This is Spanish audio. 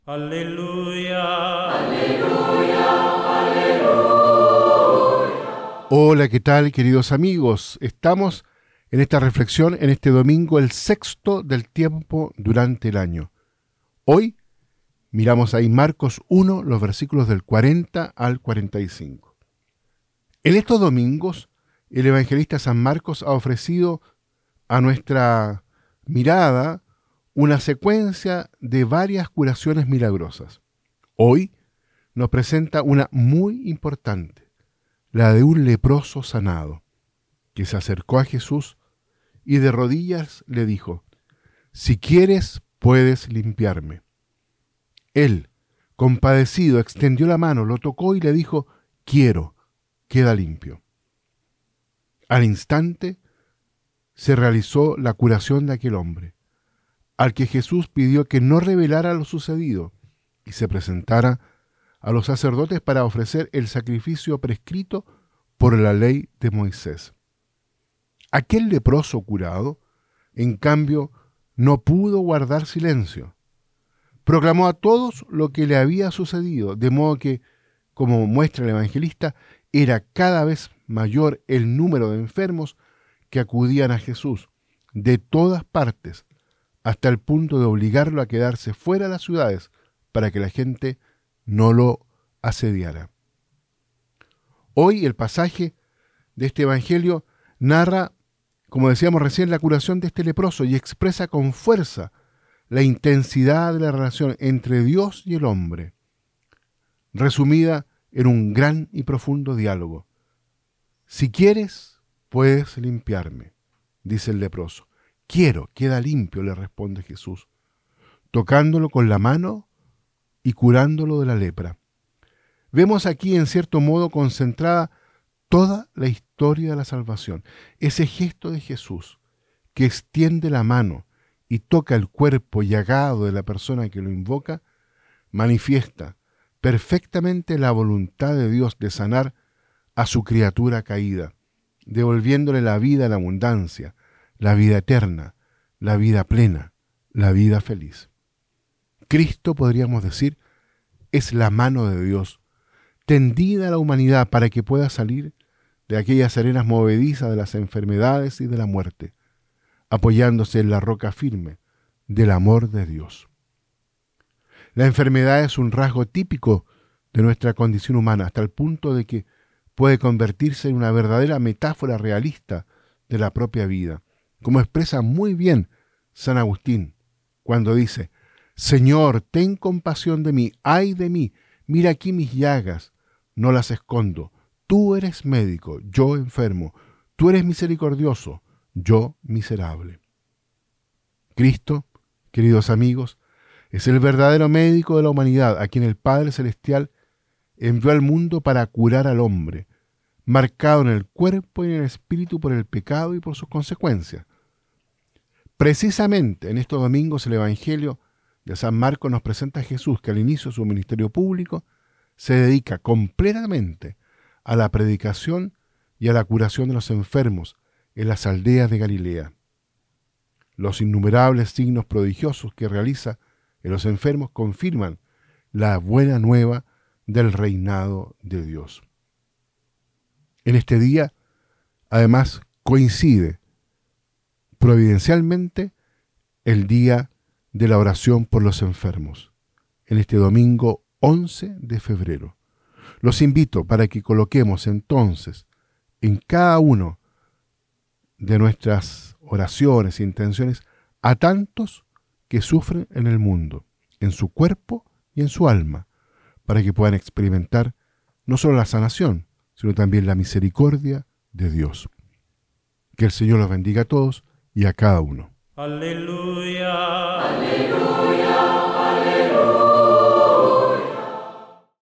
Aleluya, aleluya, aleluya. Hola, ¿qué tal, queridos amigos? Estamos en esta reflexión en este domingo, el sexto del tiempo durante el año. Hoy miramos ahí Marcos 1, los versículos del 40 al 45. En estos domingos, el evangelista San Marcos ha ofrecido a nuestra mirada una secuencia de varias curaciones milagrosas. Hoy nos presenta una muy importante, la de un leproso sanado, que se acercó a Jesús y de rodillas le dijo: «Si quieres, puedes limpiarme». Él, compadecido, extendió la mano, lo tocó y le dijo: «Quiero, queda limpio». Al instante se realizó la curación de aquel hombre, al que Jesús pidió que no revelara lo sucedido y se presentara a los sacerdotes para ofrecer el sacrificio prescrito por la ley de Moisés. Aquel leproso curado, en cambio, no pudo guardar silencio. Proclamó a todos lo que le había sucedido, de modo que, como muestra el evangelista, era cada vez mayor el número de enfermos que acudían a Jesús de todas partes, hasta el punto de obligarlo a quedarse fuera de las ciudades para que la gente no lo asediara. Hoy el pasaje de este evangelio narra, como decíamos recién, la curación de este leproso y expresa con fuerza la intensidad de la relación entre Dios y el hombre, resumida en un gran y profundo diálogo. «Si quieres, puedes limpiarme», dice el leproso. «Quiero, queda limpio», le responde Jesús, tocándolo con la mano y curándolo de la lepra. Vemos aquí, en cierto modo, concentrada toda la historia de la salvación. Ese gesto de Jesús, que extiende la mano y toca el cuerpo llagado de la persona que lo invoca, manifiesta perfectamente la voluntad de Dios de sanar a su criatura caída, devolviéndole la vida en abundancia, la vida eterna, la vida plena, la vida feliz. Cristo, podríamos decir, es la mano de Dios, tendida a la humanidad para que pueda salir de aquellas arenas movedizas de las enfermedades y de la muerte, apoyándose en la roca firme del amor de Dios. La enfermedad es un rasgo típico de nuestra condición humana, hasta el punto de que puede convertirse en una verdadera metáfora realista de la propia vida, como expresa muy bien San Agustín cuando dice: «Señor, ten compasión de mí, ay de mí, mira aquí mis llagas, no las escondo. Tú eres médico, yo enfermo. Tú eres misericordioso, yo miserable». Cristo, queridos amigos, es el verdadero médico de la humanidad, a quien el Padre Celestial envió al mundo para curar al hombre, marcado en el cuerpo y en el espíritu por el pecado y por sus consecuencias. Precisamente en estos domingos el Evangelio de San Marcos nos presenta a Jesús, que al inicio de su ministerio público se dedica completamente a la predicación y a la curación de los enfermos en las aldeas de Galilea. Los innumerables signos prodigiosos que realiza en los enfermos confirman la buena nueva del reinado de Dios. En este día, además, coincide providencialmente el día de la oración por los enfermos, en este domingo 11 de febrero. Los invito para que coloquemos entonces en cada uno de nuestras oraciones e intenciones a tantos que sufren en el mundo, en su cuerpo y en su alma, para que puedan experimentar no solo la sanación, sino también la misericordia de Dios. Que el Señor los bendiga a todos y a cada uno. Aleluya, aleluya, aleluya.